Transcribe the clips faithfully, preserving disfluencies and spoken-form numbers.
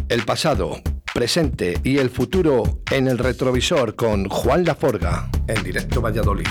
El pasado, presente y el futuro en el retrovisor con Juan Laforga, en Directo Valladolid.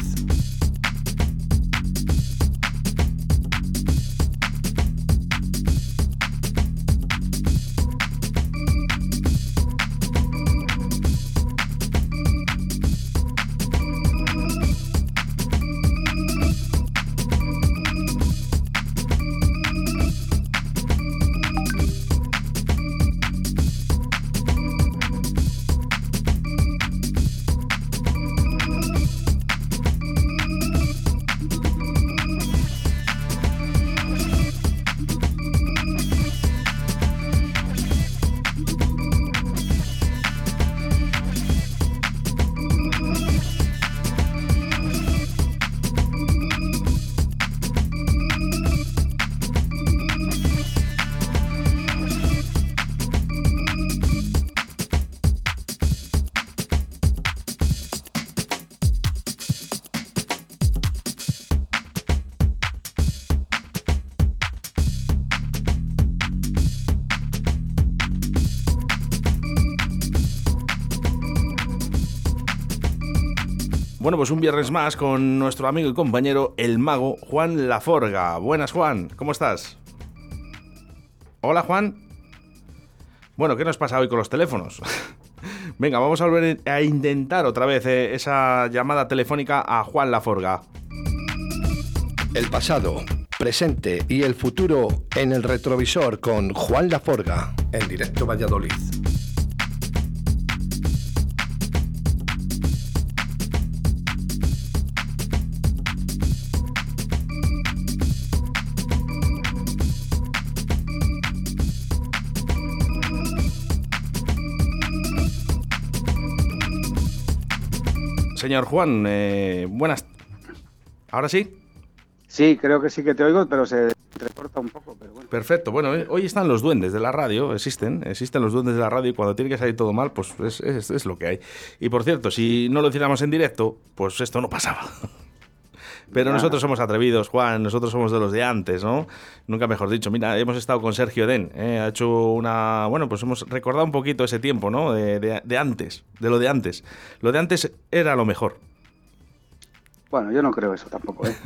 Bueno, pues un viernes más con nuestro amigo y compañero, el mago Juan Laforga. Buenas, Juan, ¿cómo estás? Hola, Juan. Bueno, ¿qué nos pasa hoy con los teléfonos? Venga, vamos a volver a intentar otra vez eh, esa llamada telefónica a Juan Laforga. El pasado, presente y el futuro en el retrovisor con Juan Laforga, en Directo Valladolid. Señor Juan, eh, buenas. ¿Ahora sí? Sí, creo que sí que te oigo, pero se recorta un poco. Pero bueno. Perfecto. Bueno, eh, hoy están los duendes de la radio, existen, existen los duendes de la radio y cuando tiene que salir todo mal, pues es, es, es lo que hay. Y por cierto, si no lo hiciéramos en directo, pues esto no pasaba. Pero nosotros somos atrevidos, Juan, nosotros somos de los de antes, ¿no? Nunca mejor dicho. Mira, hemos estado con Sergio Den, ¿eh? Ha hecho una... Bueno, pues hemos recordado un poquito ese tiempo, ¿no? De, de, de antes, de lo de antes. Lo de antes era lo mejor. Bueno, yo no creo eso tampoco, ¿eh?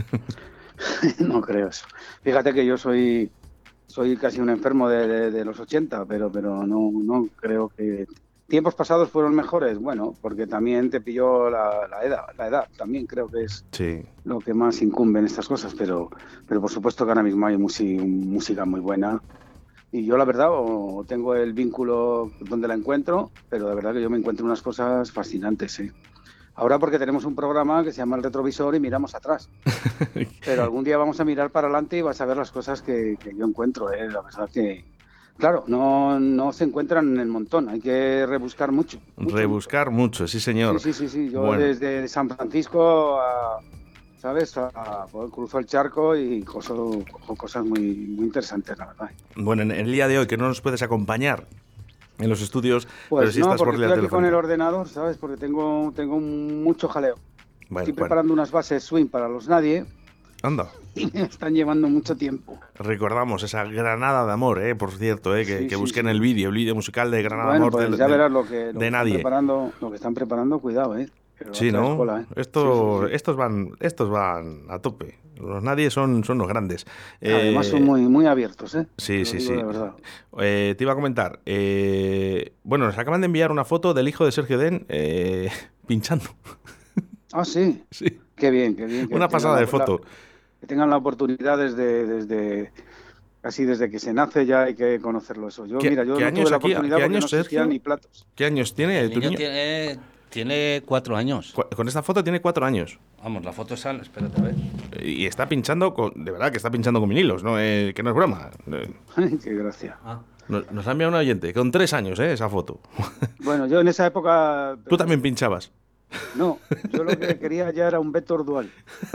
No creo eso. Fíjate que yo soy soy casi un enfermo de, de, de los ochenta, pero, pero no, no creo que... ¿Tiempos pasados fueron mejores? Bueno, porque también te pilló la, la edad, la edad también creo que es sí. Lo que más incumbe en estas cosas, pero, pero por supuesto que ahora mismo hay musi, música muy buena y yo la verdad o tengo el vínculo donde la encuentro, pero de verdad que yo me encuentro unas cosas fascinantes, ¿eh? Ahora porque tenemos un programa que se llama El Retrovisor y miramos atrás, pero algún día vamos a mirar para adelante y vas a ver las cosas que, que yo encuentro, ¿eh? La verdad que... Claro, no, no se encuentran en el montón, hay que rebuscar mucho. mucho rebuscar mucho. mucho, sí señor. Sí, sí, sí, sí. Yo bueno. desde San Francisco a, ¿sabes? A, a, cruzo el charco y cojo, cojo cosas muy, muy interesantes, la verdad. Bueno, en el día de hoy que no nos puedes acompañar en los estudios, pues pero sí no, estás porque por estoy aquí con el ordenador, ¿sabes? Porque tengo, tengo mucho jaleo. Bueno, estoy bueno. preparando unas bases swing para los nadie. Anda. Y me están llevando mucho tiempo. Recordamos esa Granada de Amor, eh, por cierto, eh, que, sí, que sí, busquen sí. el vídeo, el vídeo musical de Granada de bueno, Amor. Pues del, ya del, verás lo que, lo de que nadie. Están preparando, lo que están preparando, cuidado, eh. Pero sí, ¿no? Escuela, ¿eh? Esto, sí, sí, sí. Estos van, estos van a tope. Los nadie son, son los grandes. Además eh, son muy, muy abiertos, ¿eh? Sí, Te sí, lo digo sí. de verdad. Eh, te iba a comentar. Eh, bueno, nos acaban de enviar una foto del hijo de Sergio Den eh, pinchando. Ah, sí. Sí. Qué bien, qué bien. Que Una pasada de foto. La, que tengan la oportunidad desde, desde casi desde que se nace ya hay que conocerlo eso. Yo, ¿Qué, mira, yo ¿qué no años tuve la aquí? oportunidad ¿Qué porque años, no existían Sergio? ni platos. ¿Qué años tiene El tu niño niño? Tiene, tiene cuatro años. Con esta foto tiene cuatro años. Vamos, la foto sale, espérate a ver. Y está pinchando, con, de verdad que está pinchando con vinilos, ¿no? Eh, que no es broma. Ay, qué gracia. Ah. Nos, nos ha enviado un oyente, con tres años, ¿eh? Esa foto. Bueno, yo en esa época... ¿Tú también pinchabas? No, yo lo que quería ya era un Vector Dual.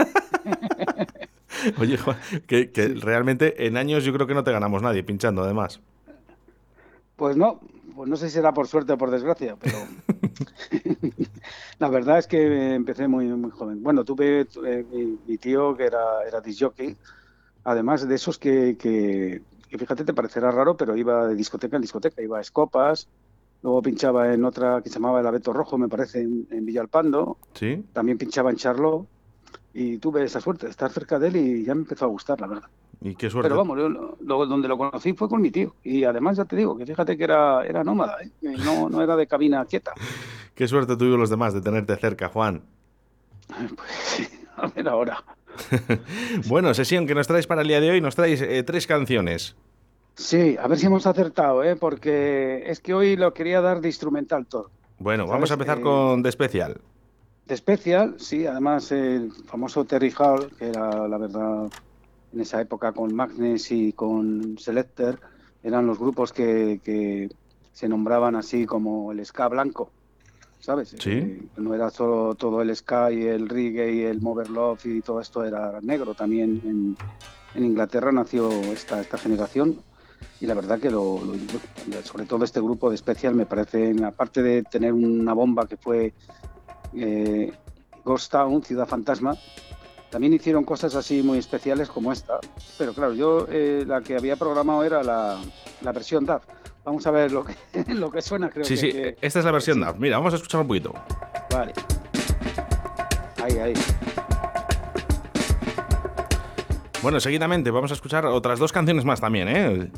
Oye, Juan, que, que sí. realmente en años yo creo que no te ganamos nadie pinchando, además. Pues no, pues no sé si será por suerte o por desgracia, pero la verdad es que empecé muy muy joven. Bueno, tuve, tuve mi, mi tío que era, era disc jockey, además de esos que, que, que fíjate, te parecerá raro, pero iba de discoteca en discoteca, iba a Escopas, luego pinchaba en otra que se llamaba El Abeto Rojo, me parece, en, en Villalpando, ¿Sí? también pinchaba en Charlot, y tuve esa suerte de estar cerca de él y ya me empezó a gustar, la verdad. Y qué suerte. Pero vamos, yo, lo, donde lo conocí fue con mi tío, y además ya te digo, que fíjate que era, era nómada, ¿eh? no, no era de cabina quieta. Qué suerte tuvieron los demás de tenerte cerca, Juan. Pues sí, a ver ahora. Bueno, sesión que nos traes para el día de hoy, nos traes eh, tres canciones. Sí, a ver si hemos acertado, ¿eh? Porque es que hoy lo quería dar de instrumental todo. Bueno, ¿sabes? vamos a empezar eh, con The Special. The Special, sí, además el famoso Terry Hall, que era la verdad en esa época con Magnus y con Selecter, eran los grupos que, que se nombraban así como el ska blanco, ¿sabes? Sí. Eh, no era solo todo el ska y el reggae y el Mover Love y todo esto era negro. También en, en Inglaterra nació esta, esta generación. Y la verdad que lo, lo, sobre todo este grupo de Special me parece, aparte de tener una bomba que fue eh, Ghost Town, Ciudad Fantasma, también hicieron cosas así muy especiales como esta. Pero claro, yo eh, la que había programado era la, la versión D A F. Vamos a ver lo que, lo que suena, creo sí, que... Sí, sí, que, esta es la versión sí. D A F. Mira, vamos a escuchar un poquito. Vale. Ahí, ahí. Bueno, seguidamente vamos a escuchar otras dos canciones más también, ¿eh?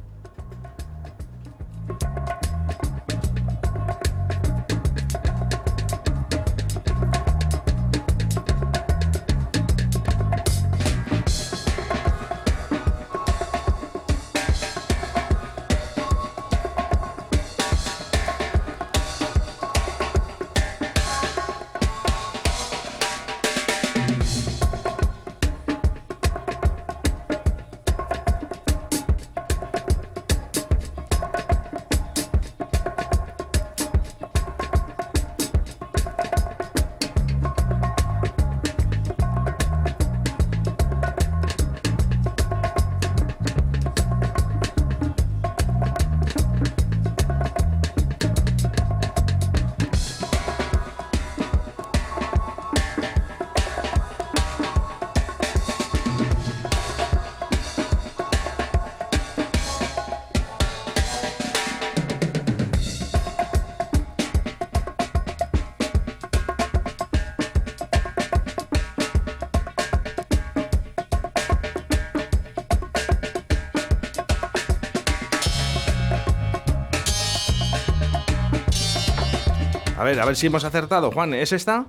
A ver, a ver si hemos acertado. Juan, ¿es esta?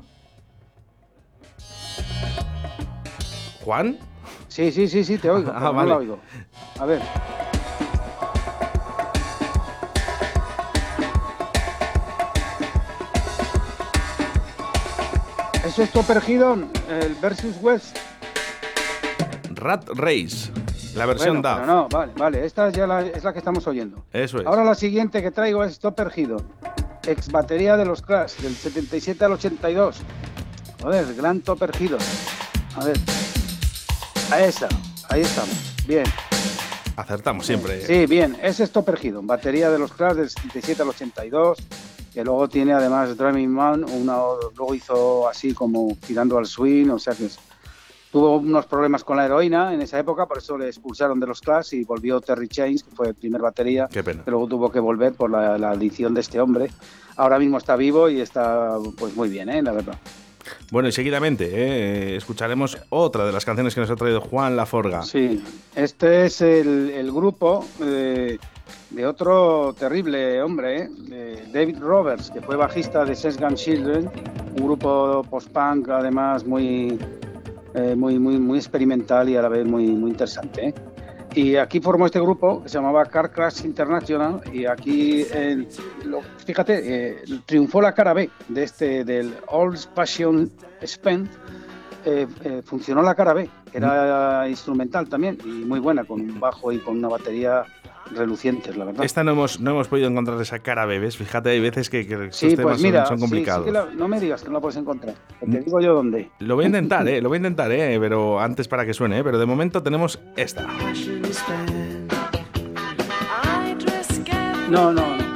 ¿Juan? Sí, sí, sí, sí, te oigo. Ah, no vale. la oigo. A ver. ¿Eso es Topper Hidon, el versus West? Rat Race, la versión Bueno, D A F. pero no, vale, vale, esta ya la, es la que estamos oyendo. Eso es. Ahora la siguiente que traigo es Topper Hidon, ex batería de los Clash, del setenta y siete al ochenta y dos. Joder, gran Topper Hidon. A ver. A esa, ahí estamos. Bien. Acertamos siempre. Sí, bien, ese es Topper Hidon, batería de los Clash del setenta y siete al ochenta y dos, que luego tiene además Drumming Man, una, luego hizo así como tirando al swing, o sea que es, tuvo unos problemas con la heroína en esa época, por eso le expulsaron de los Clash y volvió Terry Chains, que fue el primer batería, Qué pena. que luego tuvo que volver por la, la adicción de este hombre. Ahora mismo está vivo y está pues muy bien, ¿eh? La verdad. Bueno, y seguidamente eh, escucharemos otra de las canciones que nos ha traído Juan Laforga. Sí, este es el, el grupo de, de otro terrible hombre, ¿eh? De David Roberts, que fue bajista de Sex Gun Children, un grupo post-punk además muy, eh, muy, muy, muy experimental y a la vez muy, muy interesante, ¿eh? Y aquí formó este grupo que se llamaba Car Crash International y aquí, eh, lo, fíjate, eh, triunfó la cara B de este, del Old Passion Spent, eh, eh, funcionó la cara B, que era mm. instrumental también y muy buena, con un bajo y con una batería relucientes, la verdad. Esta no hemos, no hemos podido encontrar esa cara B, ¿ves? Fíjate, hay veces que, que estos sí, temas pues mira, son, son complicados. Sí, sí que la, no me digas que no la puedes encontrar, te digo yo dónde. Lo voy a intentar, ¿eh? Lo voy a intentar, ¿eh? Pero antes para que suene, ¿eh? Pero de momento tenemos esta. No, no, no.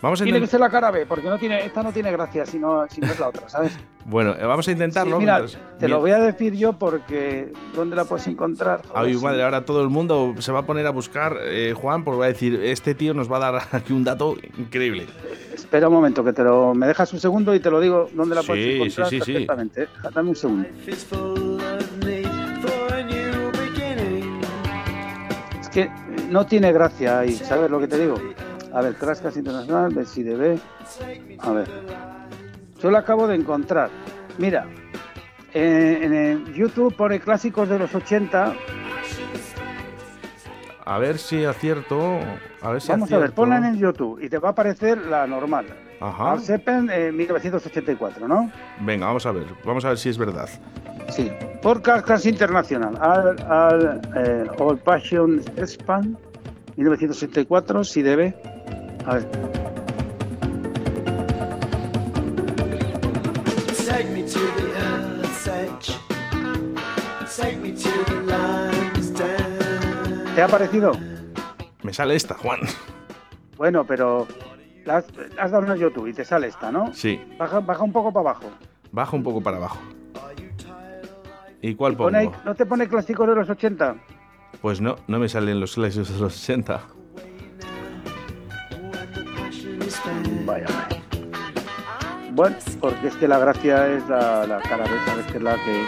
Vamos a tiene intent- que ser la cara B, porque no tiene, esta no tiene gracia si no, si no es la otra, ¿sabes? Bueno, eh, vamos a intentarlo. Sí, mira, mientras- te lo voy a decir yo porque ¿dónde la puedes encontrar? Joder, Ay, sí. madre, ahora todo el mundo se va a poner a buscar, eh, Juan, porque va a decir, este tío nos va a dar aquí un dato increíble. Espera un momento, que te lo, me dejas un segundo y te lo digo dónde la Sí, puedes encontrar sí, sí, sí. perfectamente. ¿eh? Dame un segundo. Es que no tiene gracia y ¿sabes lo que te digo? A ver, Crashcast Internacional, de si debe. A ver. Yo lo acabo de encontrar. Mira, eh, en el YouTube pone clásicos de los ochenta. A ver si acierto. A ver si Vamos a acierto. ver, ponla en el YouTube y te va a aparecer la normal. Ajá. Art Zeppelin, eh, mil novecientos ochenta y cuatro, ¿no? Venga, vamos a ver. Vamos a ver si es verdad. Sí. Por Crashcast Internacional. Al, al eh, Old Passion Span, mil novecientos ochenta y cuatro, si debe. A ver. Take me to the earth's edge. Take me to the lion's den. ¿Te ha parecido? Me sale esta, Juan. Bueno, pero la has, has dado en el YouTube y te sale esta, ¿no? Sí, Baja, baja un poco para abajo. baja un poco para abajo. ¿Y cuál pongo? Pone ahí- ¿No te pone clásicos de los ochenta? Pues no, no me salen los clásicos de los ochenta. Vaya, vaya. Bueno, porque es que la gracia es la, la cara de esa, que es la que...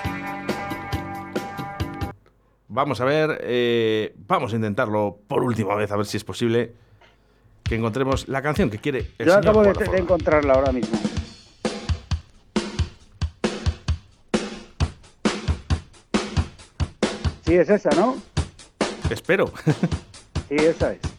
Vamos a ver, eh, vamos a intentarlo por última vez, a ver si es posible que encontremos la canción que quiere el Yo señor acabo de, Juan de Laforga. encontrarla ahora mismo. Sí, es esa, ¿no? Espero. Sí, esa es.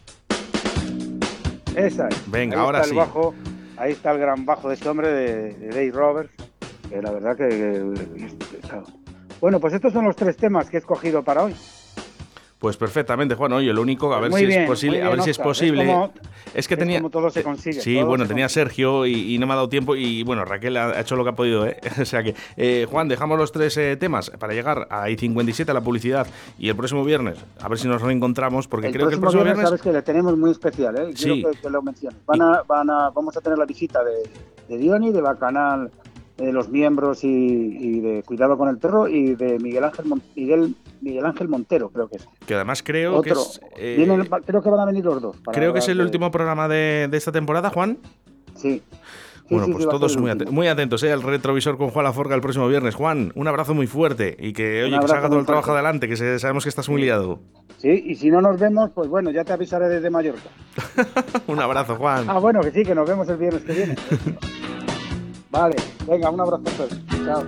Esa es. Venga, Ahí ahora está sí. El bajo, ahí está el gran bajo de este hombre, de, de Dave Roberts, que la verdad que... que- que- Bueno, pues estos son los tres temas que he escogido para hoy. Pues perfectamente, Juan. Oye, lo único, a ver Muy si bien, es posible, muy a ver bien, si es Óscar. posible. Es como- Es que es tenía. como todo se consigue, Sí, todo bueno, se tenía consigue. Sergio y, y no me ha dado tiempo. Y bueno, Raquel ha hecho lo que ha podido, ¿eh? O sea que, eh, Juan, dejamos los tres eh, temas para llegar a I cincuenta y siete a la publicidad. Y el próximo viernes, a ver si nos reencontramos, porque El creo que el próximo próximo viernes, viernes. sabes que le tenemos muy especial, ¿eh? Quiero Sí. que, que lo menciones. Van a, van a, vamos a tener la visita de, de Diony, de Bacanal, de los miembros y, y de Cuidado con el Perro y de Miguel Ángel Mon- Miguel, Miguel Ángel Montero, creo que es. Que además creo que Otro. es. eh, Vienen- creo que van a venir los dos. para creo que es hablar el de- último programa de, de esta temporada, Juan. Sí. Sí, Bueno, sí, pues sí, va a todos ser el muy, último. aten- muy atentos, ¿eh? Al retrovisor con Juan Laforga el próximo viernes. Juan, un abrazo muy fuerte y que, oye, que se abrazo haga todo muy el trabajo fuerte. adelante, que se- sabemos que estás muy liado. Sí, y si no nos vemos, pues bueno, ya te avisaré desde Mallorca. Un abrazo, Juan. Ah, bueno, que sí, que nos vemos el viernes que viene. Vale, venga, un abrazo a todos. Chao.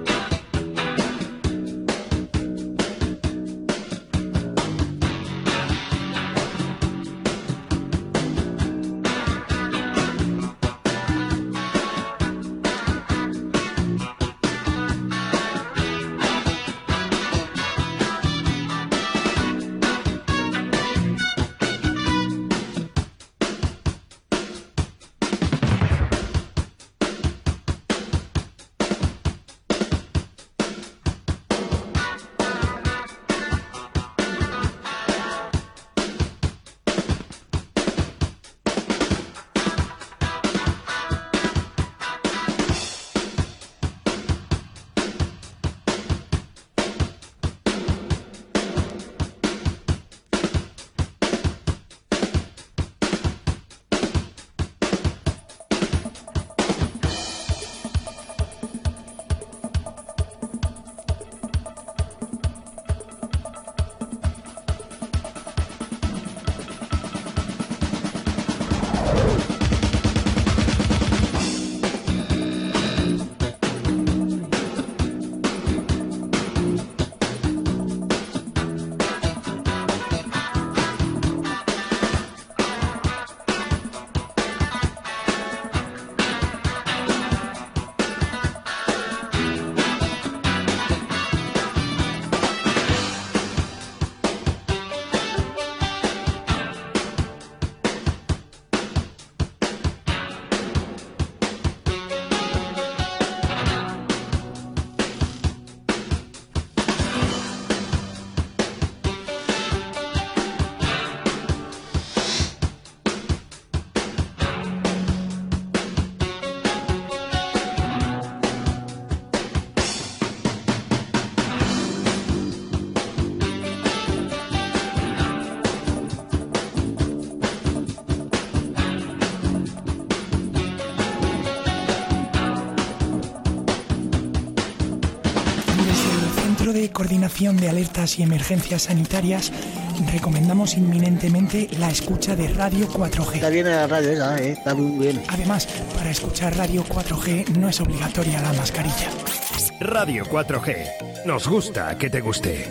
de Coordinación de Alertas y Emergencias Sanitarias, recomendamos inminentemente la escucha de Radio cuatro G. Está bien la radio esa, ¿eh? Está muy bien. Además, para escuchar Radio cuatro G no es obligatoria la mascarilla. Radio cuatro G. Nos gusta que te guste.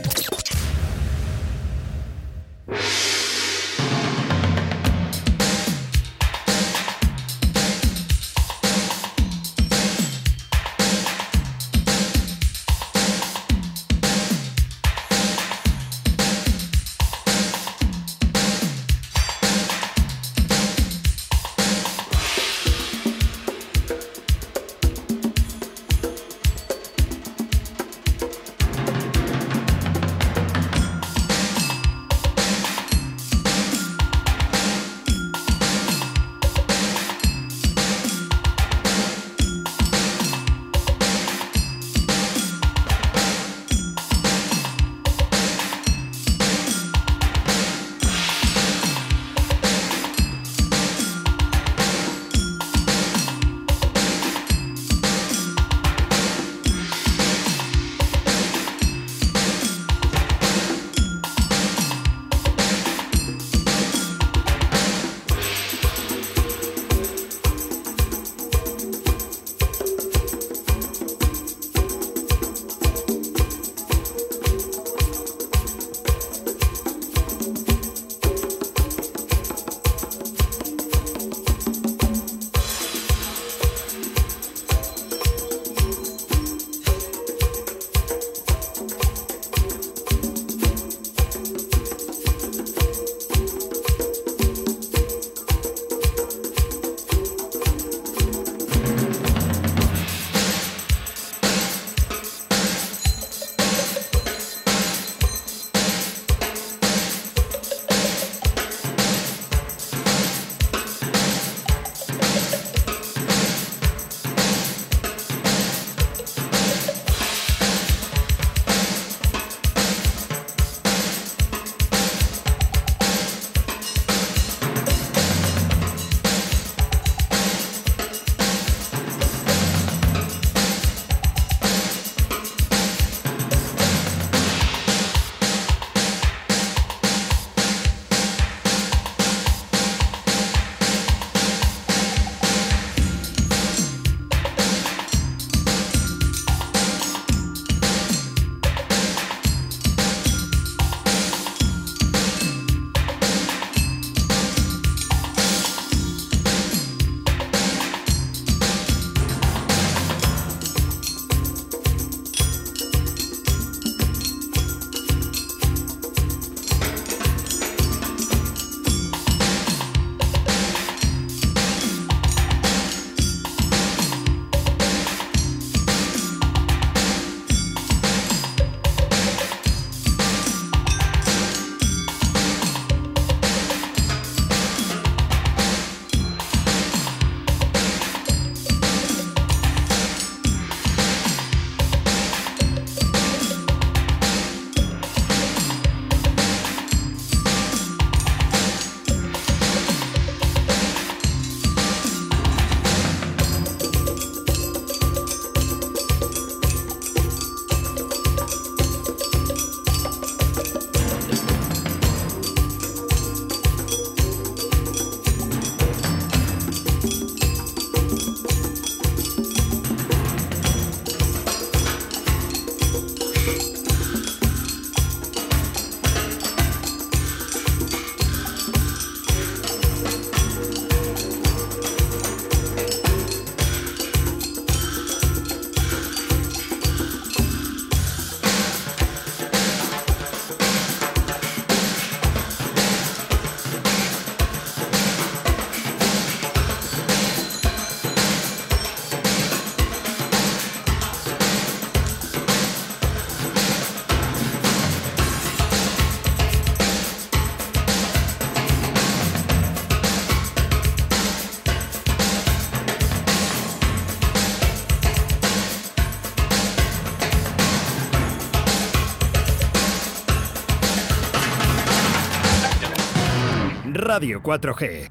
Radio cuatro G.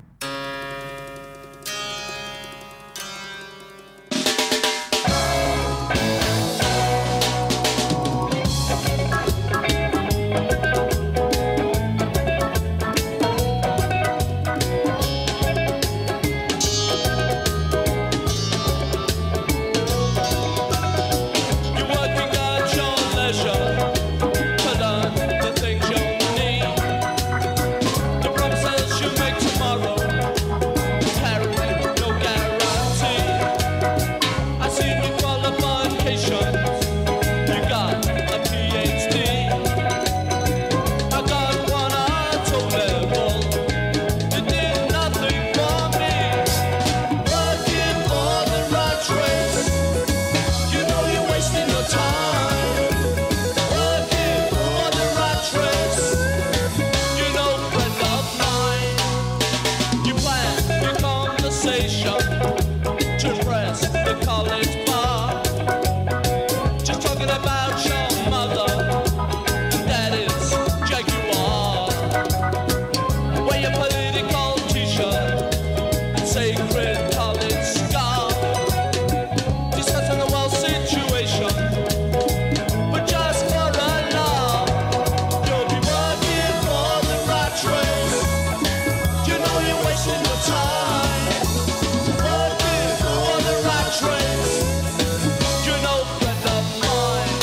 sacred college scar, discussing the world situation, but just for a laugh. You'll be working for the rat race. You know you're wasting your time, working for the rat race. You know, friend of mine.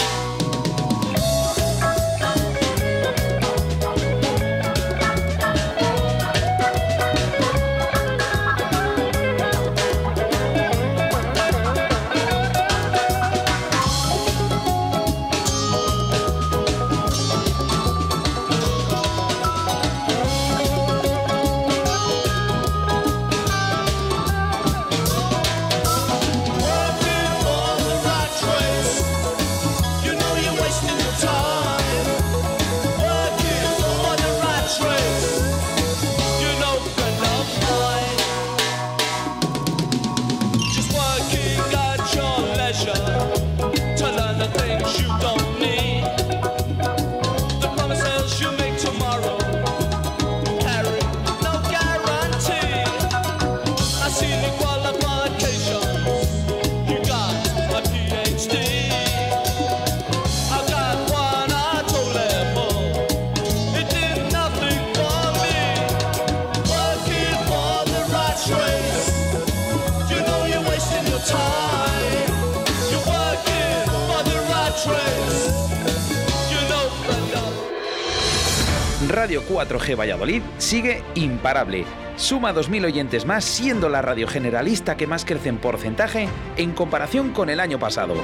Working for the rat race. You know you're wasting your time, working for the rat race. You know, friend of mine. Just working at your leisure to learn the things you don't need. The promises you make tomorrow carry no guarantee. I see the qualifications. You got a P H D. I got one at O level. It did nothing for me. Working for the rat race. You know you're wasting your time. You're working for the rat race. You know, friend of Radio cuatro G Valladolid sigue imparable. Suma dos mil oyentes más, siendo la radio generalista que más crece en porcentaje en comparación con el año pasado.